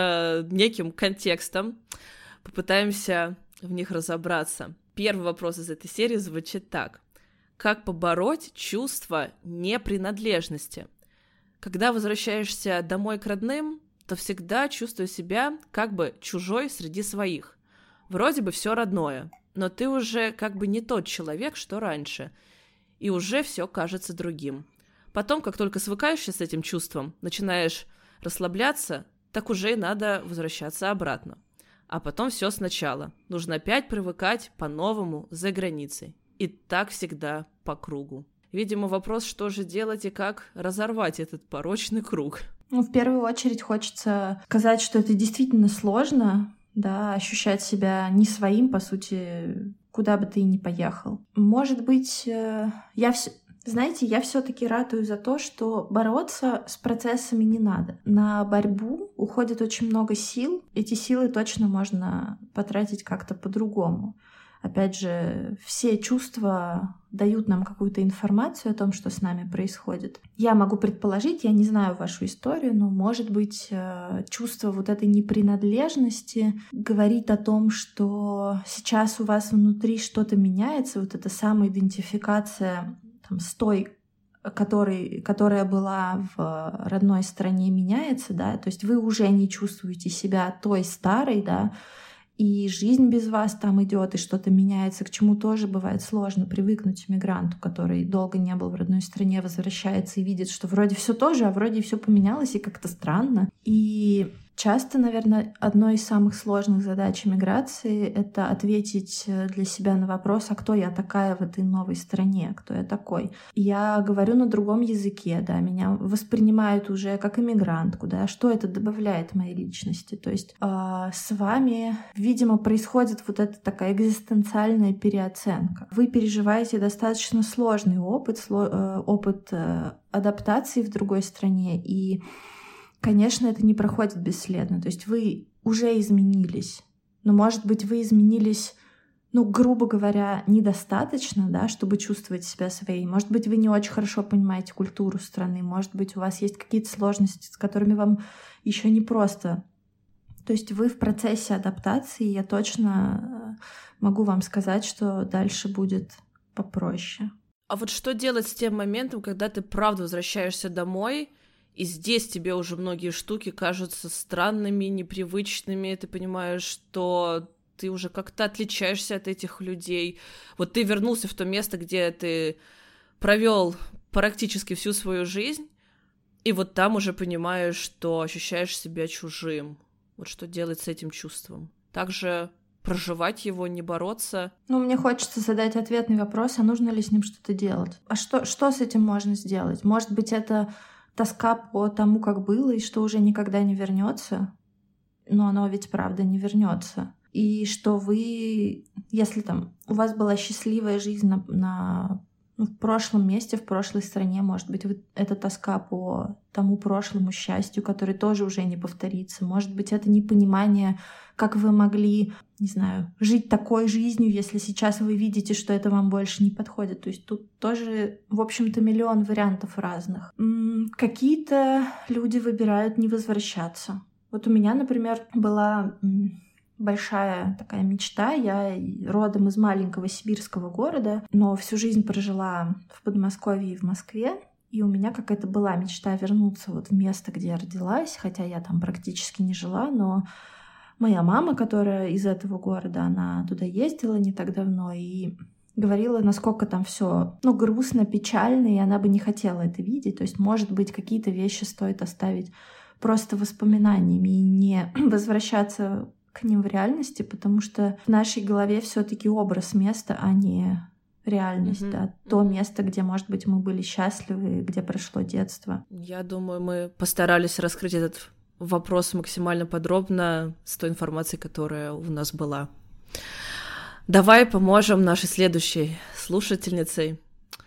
с неким контекстом. Попытаемся в них разобраться. Первый вопрос из этой серии звучит так. Как побороть чувство непринадлежности? Когда возвращаешься домой к родным, то всегда чувствую себя как бы чужой среди своих. Вроде бы все родное, но ты уже как бы не тот человек, что раньше, и уже все кажется другим. Потом, как только свыкаешься с этим чувством, начинаешь расслабляться, так уже и надо возвращаться обратно. А потом все сначала. Нужно опять привыкать по-новому за границей. И так всегда по кругу. Видимо, вопрос, что же делать и как разорвать этот порочный круг. Ну, в первую очередь хочется сказать, что это действительно сложно, да, ощущать себя не своим, по сути, куда бы ты ни поехал. Может быть, я все... Знаете, я все-таки ратую за то, что бороться с процессами не надо. На борьбу уходит очень много сил. Эти силы точно можно потратить как-то по-другому. Опять же, все чувства дают нам какую-то информацию о том, что с нами происходит. Я могу предположить, я не знаю вашу историю, но, может быть, чувство вот этой непринадлежности говорит о том, что сейчас у вас внутри что-то меняется, вот эта самоидентификация там, с той, который, которая была в родной стране, меняется, да, то есть вы уже не чувствуете себя той старой, да, и жизнь без вас там идет, и что-то меняется, к чему тоже бывает сложно привыкнуть мигранту, который долго не был в родной стране, возвращается и видит, что вроде все то же, а вроде все поменялось, и как-то странно. И часто, наверное, одной из самых сложных задач миграции — это ответить для себя на вопрос, а кто я такая в этой новой стране, кто я такой. Я говорю на другом языке, да, меня воспринимают уже как иммигрантку, да, что это добавляет моей личности. То есть э, с вами, видимо, происходит вот эта такая экзистенциальная переоценка. Вы переживаете достаточно сложный опыт, сло, э, опыт э, адаптации в другой стране, и конечно, это не проходит бесследно. То есть вы уже изменились. Но, может быть, вы изменились, ну, грубо говоря, недостаточно, да, чтобы чувствовать себя своей. Может быть, вы не очень хорошо понимаете культуру страны. Может быть, у вас есть какие-то сложности, с которыми вам еще не просто. То есть вы в процессе адаптации. Я точно могу вам сказать, что дальше будет попроще. А вот что делать с тем моментом, когда ты правда возвращаешься домой, и здесь тебе уже многие штуки кажутся странными, непривычными, ты понимаешь, что ты уже как-то отличаешься от этих людей. Вот ты вернулся в то место, где ты провел практически всю свою жизнь, и вот там уже понимаешь, что ощущаешь себя чужим. Вот что делать с этим чувством? Также проживать его, не бороться. Ну, мне хочется задать ответный вопрос, а нужно ли с ним что-то делать? А что, что с этим можно сделать? Может быть, это тоска по тому, как было, и что уже никогда не вернется, но оно ведь правда не вернется. И что вы, если там у вас была счастливая жизнь на, на ну, в прошлом месте, в прошлой стране, может быть, вы, это тоска по тому прошлому счастью, который тоже уже не повторится. Может быть, это непонимание, как вы могли, не знаю, жить такой жизнью, если сейчас вы видите, что это вам больше не подходит. То есть тут тоже, в общем-то, миллион вариантов разных. М-м, какие-то люди выбирают не возвращаться. Вот у меня, например, была м- большая такая мечта. Я родом из маленького сибирского города, но всю жизнь прожила в Подмосковье и в Москве. И у меня какая-то была мечта вернуться вот в место, где я родилась, хотя я там практически не жила, но моя мама, которая из этого города, она туда ездила не так давно и говорила, насколько там все, ну, грустно, печально, и она бы не хотела это видеть. То есть, может быть, какие-то вещи стоит оставить просто воспоминаниями и не возвращаться к ним в реальности, потому что в нашей голове все-таки образ места, а не реальность, mm-hmm. да, то mm-hmm. место, где, может быть, мы были счастливы, где прошло детство. Я думаю, мы постарались раскрыть этот вопрос максимально подробно с той информацией, которая у нас была. Давай поможем нашей следующей слушательнице.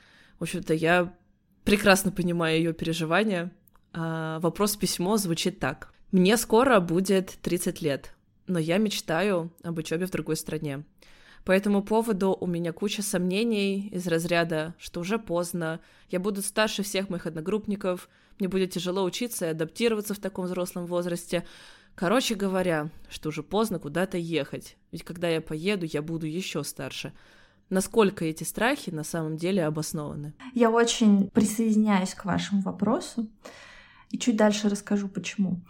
В общем-то, я прекрасно понимаю ее переживания. А, вопрос-письмо звучит так. Мне скоро будет тридцать лет, но я мечтаю об учебе в другой стране. По этому поводу у меня куча сомнений из разряда, что уже поздно, я буду старше всех моих одногруппников, мне будет тяжело учиться и адаптироваться в таком взрослом возрасте. Короче говоря, что уже поздно куда-то ехать, ведь когда я поеду, я буду еще старше. Насколько эти страхи на самом деле обоснованы? Я очень присоединяюсь к вашему вопросу и чуть дальше расскажу, почему.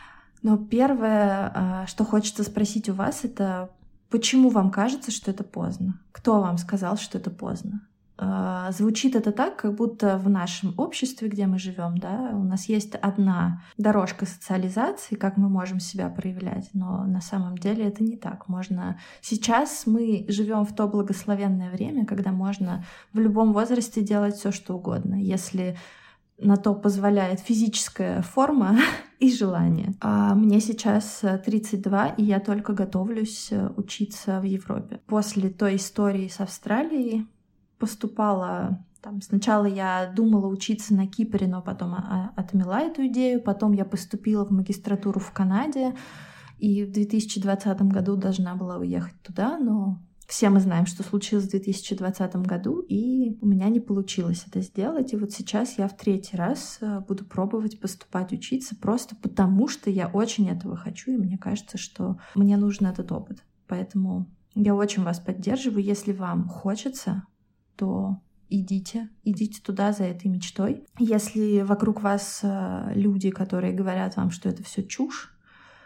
Но первое, что хочется спросить у вас, это почему вам кажется, что это поздно? Кто вам сказал, что это поздно? Звучит это так, как будто в нашем обществе, где мы живем, да, у нас есть одна дорожка социализации, как мы можем себя проявлять, но на самом деле это не так. Можно сейчас мы живем в то благословенное время, когда можно в любом возрасте делать все, что угодно, если на то позволяет физическая форма и желание. А мне сейчас тридцать два, и я только готовлюсь учиться в Европе. После той истории с Австралией поступала... Там, сначала я думала учиться на Кипре, но потом отмела эту идею. Потом я поступила в магистратуру в Канаде, и в две тысячи двадцатом году должна была уехать туда, но... Все мы знаем, что случилось в две тысячи двадцатом году, и у меня не получилось это сделать. И вот сейчас я в третий раз буду пробовать поступать, учиться, просто потому что я очень этого хочу, и мне кажется, что мне нужен этот опыт. Поэтому я очень вас поддерживаю. Если вам хочется, то идите, идите туда за этой мечтой. Если вокруг вас люди, которые говорят вам, что это все чушь,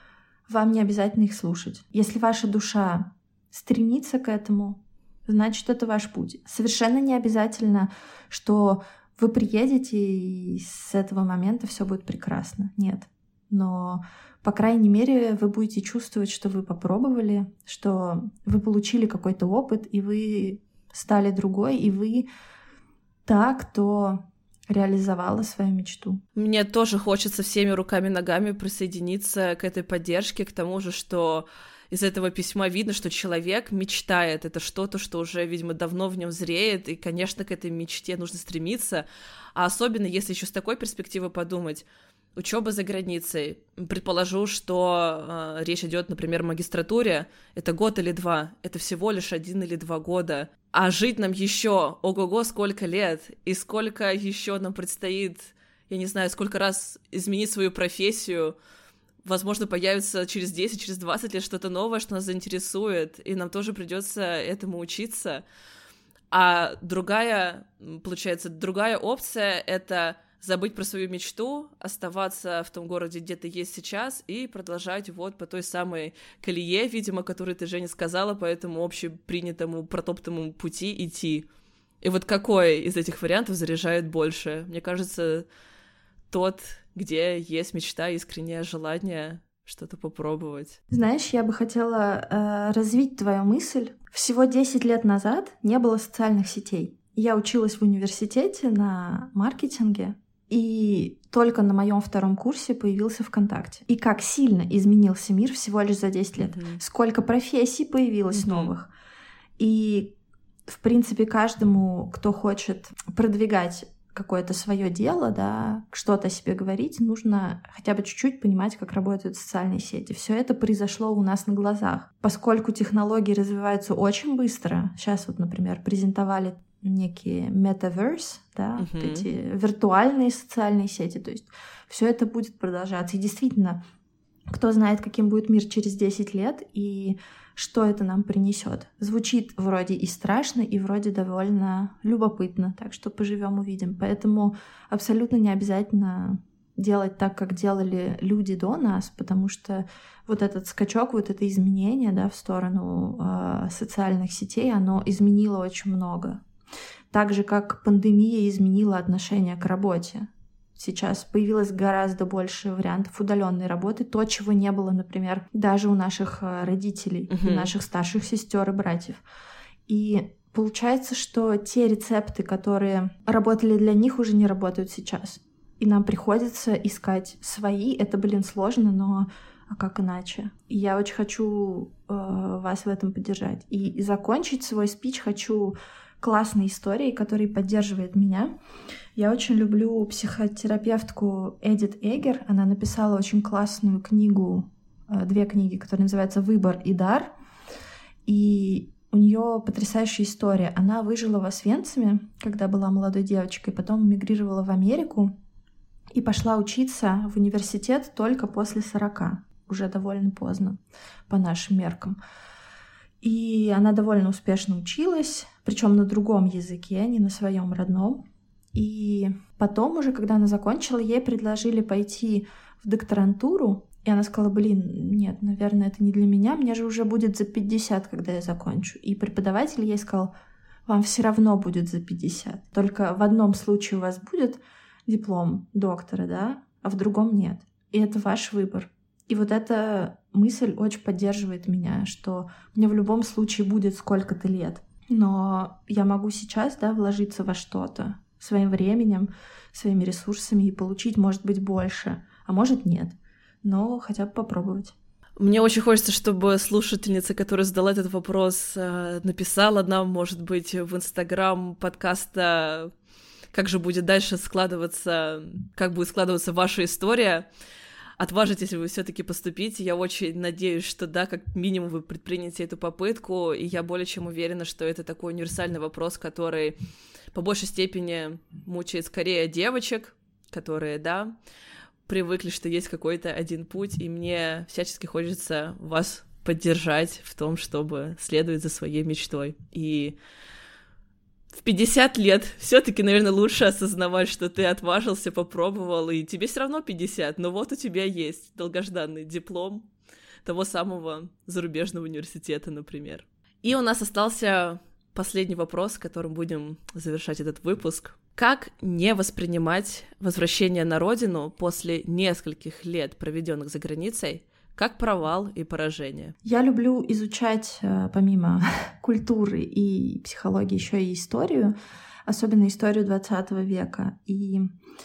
вам не обязательно их слушать. Если ваша душа стремиться к этому, значит, это ваш путь. Совершенно не обязательно, что вы приедете, и с этого момента все будет прекрасно. Нет. Но, по крайней мере, вы будете чувствовать, что вы попробовали, что вы получили какой-то опыт, и вы стали другой, и вы та, кто реализовала свою мечту. Мне тоже хочется всеми руками и ногами присоединиться к этой поддержке, к тому же, что из этого письма видно, что человек мечтает. Это что-то, что уже, видимо, давно в нем зреет, и, конечно, к этой мечте нужно стремиться. А особенно, если еще с такой перспективы подумать, учеба за границей. Предположу, что э, речь идет, например, о магистратуре. Это год или два. Это всего лишь один или два года. А жить нам еще, ого-го, сколько лет, и сколько еще нам предстоит, я не знаю, сколько раз изменить свою профессию. Возможно, появится через десять, через двадцать лет что-то новое, что нас заинтересует, и нам тоже придется этому учиться. А другая, получается, другая опция — это забыть про свою мечту, оставаться в том городе, где ты есть сейчас, и продолжать вот по той самой колее, видимо, которую ты, Женя, сказала, по этому общепринятому протоптанному пути идти. И вот какой из этих вариантов заряжает больше? Мне кажется, тот, где есть мечта, искреннее желание что-то попробовать. Знаешь, я бы хотела э, развить твою мысль. Всего десять лет назад не было социальных сетей. Я училась в университете на маркетинге, и только на моем втором курсе появился ВКонтакте. И как сильно изменился мир всего лишь за десять лет. Mm-hmm. Сколько профессий появилось mm-hmm. новых. И, в принципе, каждому, кто хочет продвигать какое-то свое дело, да, что-то о себе говорить, нужно хотя бы чуть-чуть понимать, как работают социальные сети. Все это произошло у нас на глазах. Поскольку технологии развиваются очень быстро, сейчас вот, например, презентовали некие metaverse, да, uh-huh. вот эти виртуальные социальные сети, то есть все это будет продолжаться. И действительно, кто знает, каким будет мир через десять лет и что это нам принесет. Звучит вроде и страшно, и вроде довольно любопытно, так что поживем, увидим. Поэтому абсолютно не обязательно делать так, как делали люди до нас, потому что вот этот скачок, вот это изменение, да, в сторону э, социальных сетей, оно изменило очень много. Так же, как пандемия изменила отношение к работе. Сейчас появилось гораздо больше вариантов удаленной работы, то, чего не было, например, даже у наших родителей, uh-huh. у наших старших сестер и братьев. И получается, что те рецепты, которые работали для них, уже не работают сейчас. И нам приходится искать свои. Это, блин, сложно, но а как иначе? И я очень хочу э, вас в этом поддержать. И, и закончить свой спич хочу классной историей, которая поддерживает меня. Я очень люблю психотерапевтку Эдит Эггер. Она написала очень классную книгу, э, две книги, которые называются «Выбор» и «Дар». И у нее потрясающая история. Она выжила в Освенциме, когда была молодой девочкой, потом эмигрировала в Америку и пошла учиться в университет только после сорока, уже довольно поздно по нашим меркам. И она довольно успешно училась, причем на другом языке, не на своем родном. И потом уже, когда она закончила, ей предложили пойти в докторантуру, и она сказала: блин, нет, наверное, это не для меня, мне же уже будет за пятьдесят, когда я закончу. И преподаватель ей сказал: вам все равно будет за пятьдесят, только в одном случае у вас будет диплом доктора, да, а в другом нет. И это ваш выбор. И вот эта мысль очень поддерживает меня, что мне в любом случае будет сколько-то лет, но я могу сейчас, да, вложиться во что-то своим временем, своими ресурсами и получить, может быть, больше, а может, нет, но хотя бы попробовать. Мне очень хочется, чтобы слушательница, которая задала этот вопрос, написала нам, может быть, в Инстаграм подкаста, как же будет дальше складываться, как будет складываться ваша история. Отважитесь ли вы все-таки поступить. Я очень надеюсь, что да, как минимум вы предпримете эту попытку, и я более чем уверена, что это такой универсальный вопрос, который по большей степени мучает скорее девочек, которые, да, привыкли, что есть какой-то один путь, и мне всячески хочется вас поддержать в том, чтобы следовать за своей мечтой. И в пятьдесят лет все-таки, наверное, лучше осознавать, что ты отважился, попробовал, и тебе все равно пятьдесят, но вот у тебя есть долгожданный диплом того самого зарубежного университета, например. И у нас остался последний вопрос, которым будем завершать этот выпуск. Как не воспринимать возвращение на родину после нескольких лет, проведенных за границей, как провал и поражение? Я люблю изучать, помимо культуры и психологии, еще и историю, особенно историю двадцатого века. И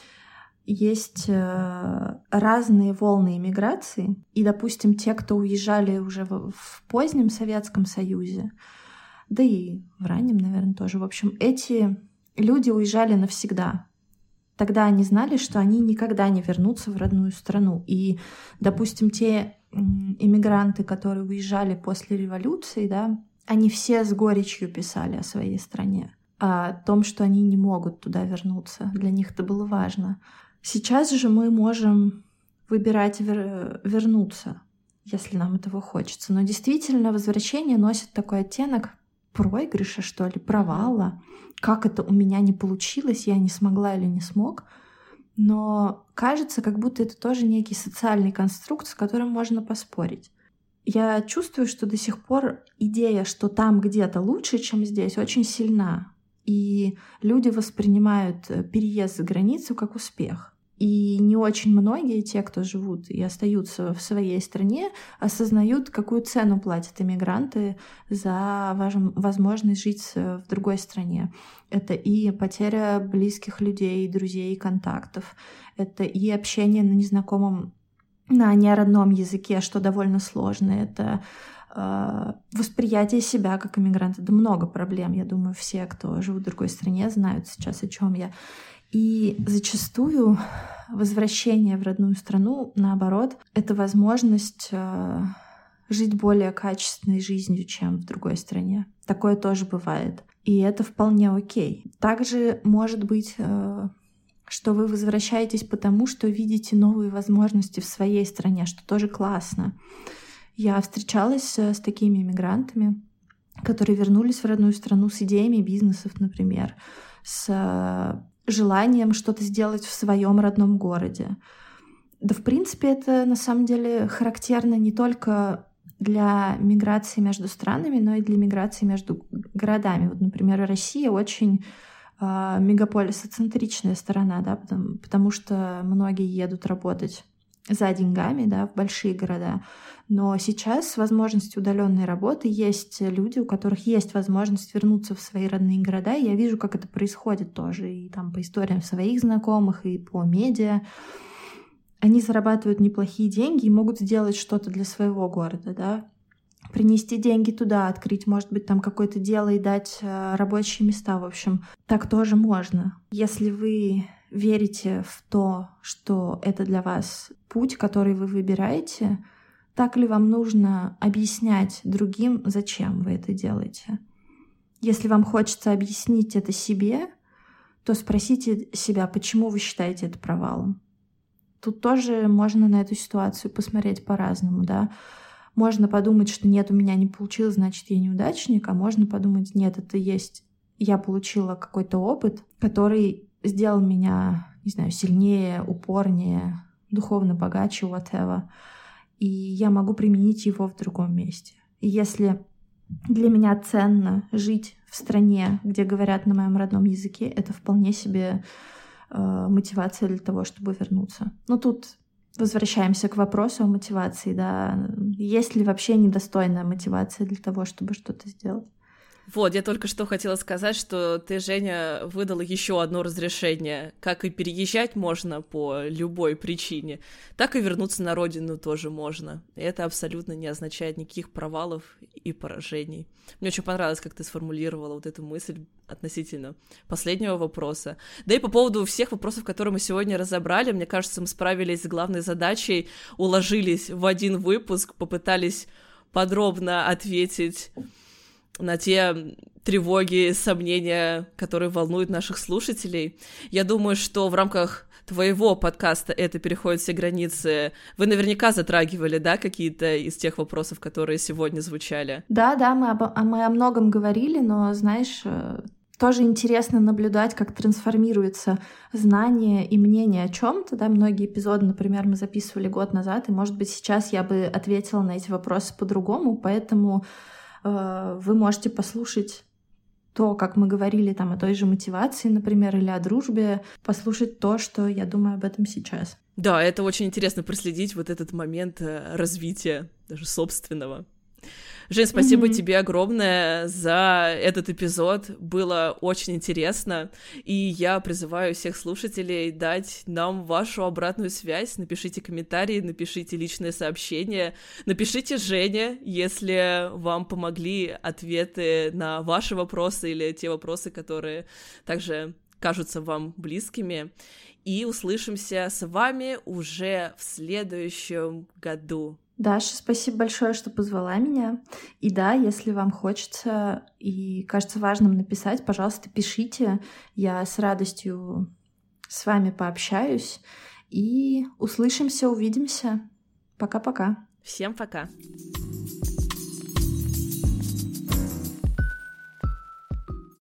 есть разные волны иммиграции. И, допустим, те, кто уезжали уже в позднем Советском Союзе, да и в раннем, наверное, тоже. В общем, эти люди уезжали навсегда. Тогда они знали, что они никогда не вернутся в родную страну. И, допустим, те иммигранты, которые уезжали после революции, да, они все с горечью писали о своей стране, о том, что они не могут туда вернуться. Для них это было важно. Сейчас же мы можем выбирать вер- вернуться, если нам этого хочется. Но действительно, возвращение носит такой оттенок проигрыша, что ли, провала. Как это у меня не получилось, я не смогла или не смог. Но кажется, как будто это тоже некий социальный конструкт, с которым можно поспорить. Я чувствую, что до сих пор идея, что там где-то лучше, чем здесь, очень сильна. И люди воспринимают переезд за границу как успех. И не очень многие, те, кто живут и остаются в своей стране, осознают, какую цену платят иммигранты за возможность жить в другой стране. Это и потеря близких людей, друзей, контактов. Это и общение на незнакомом, на неродном языке, что довольно сложно. Это э, восприятие себя как иммигранта. Да много проблем. Я думаю, все, кто живут в другой стране, знают сейчас, о чем я. И зачастую возвращение в родную страну, наоборот, это возможность э, жить более качественной жизнью, чем в другой стране. Такое тоже бывает. И это вполне окей. Также может быть, э, что вы возвращаетесь потому, что видите новые возможности в своей стране, что тоже классно. Я встречалась с такими иммигрантами, которые вернулись в родную страну с идеями бизнесов, например, с желанием что-то сделать в своем родном городе. Да, в принципе, это на самом деле характерно не только для миграции между странами, но и для миграции между городами. Вот, например, Россия очень мегаполисоцентричная сторона, да, потому, потому что многие едут работать за деньгами, да, в большие города. Но сейчас с возможностью удаленной работы есть люди, у которых есть возможность вернуться в свои родные города, и я вижу, как это происходит тоже, и там по историям своих знакомых, и по медиа. Они зарабатывают неплохие деньги и могут сделать что-то для своего города, да, принести деньги туда, открыть, может быть, там какое-то дело и дать рабочие места, в общем. Так тоже можно. Если вы верите в то, что это для вас путь, который вы выбираете, так ли вам нужно объяснять другим, зачем вы это делаете? Если вам хочется объяснить это себе, то спросите себя, почему вы считаете это провалом. Тут тоже можно на эту ситуацию посмотреть по-разному, да. Можно подумать, что нет, у меня не получилось, значит, я неудачник, а можно подумать, нет, это есть, я получила какой-то опыт, который сделал меня, не знаю, сильнее, упорнее, духовно богаче, whatever, и я могу применить его в другом месте. И если для меня ценно жить в стране, где говорят на моем родном языке, это вполне себе мотивация для того, чтобы вернуться. Ну, тут возвращаемся к вопросу о мотивации, да. Есть ли вообще недостойная мотивация для того, чтобы что-то сделать? Вот, я только что хотела сказать, что ты, Женя, выдала еще одно разрешение. Как и переезжать можно по любой причине, так и вернуться на родину тоже можно. И это абсолютно не означает никаких провалов и поражений. Мне очень понравилось, как ты сформулировала вот эту мысль относительно последнего вопроса. Да и по поводу всех вопросов, которые мы сегодня разобрали, мне кажется, мы справились с главной задачей, уложились в один выпуск, попытались подробно ответить на те тревоги, сомнения, которые волнуют наших слушателей. Я думаю, что в рамках твоего подкаста «Это переходит все границы» вы наверняка затрагивали, да, какие-то из тех вопросов, которые сегодня звучали? Да, да, мы, об, мы о многом говорили, но, знаешь, тоже интересно наблюдать, как трансформируется знание и мнение о чем-то. Да? Многие эпизоды, например, мы записывали год назад, и, может быть, сейчас я бы ответила на эти вопросы по-другому, поэтому вы можете послушать то, как мы говорили там о той же мотивации, например, или о дружбе, послушать то, что я думаю об этом сейчас. Да, это очень интересно проследить вот этот момент развития даже собственного. Жень, спасибо mm-hmm. тебе огромное за этот эпизод, было очень интересно, и я призываю всех слушателей дать нам вашу обратную связь, напишите комментарии, напишите личные сообщения, напишите Жене, если вам помогли ответы на ваши вопросы или те вопросы, которые также кажутся вам близкими, и услышимся с вами уже в следующем году. Даша, спасибо большое, что позвала меня. И да, если вам хочется и кажется важным написать, пожалуйста, пишите. Я с радостью с вами пообщаюсь. И услышимся, увидимся. Пока-пока. Всем пока.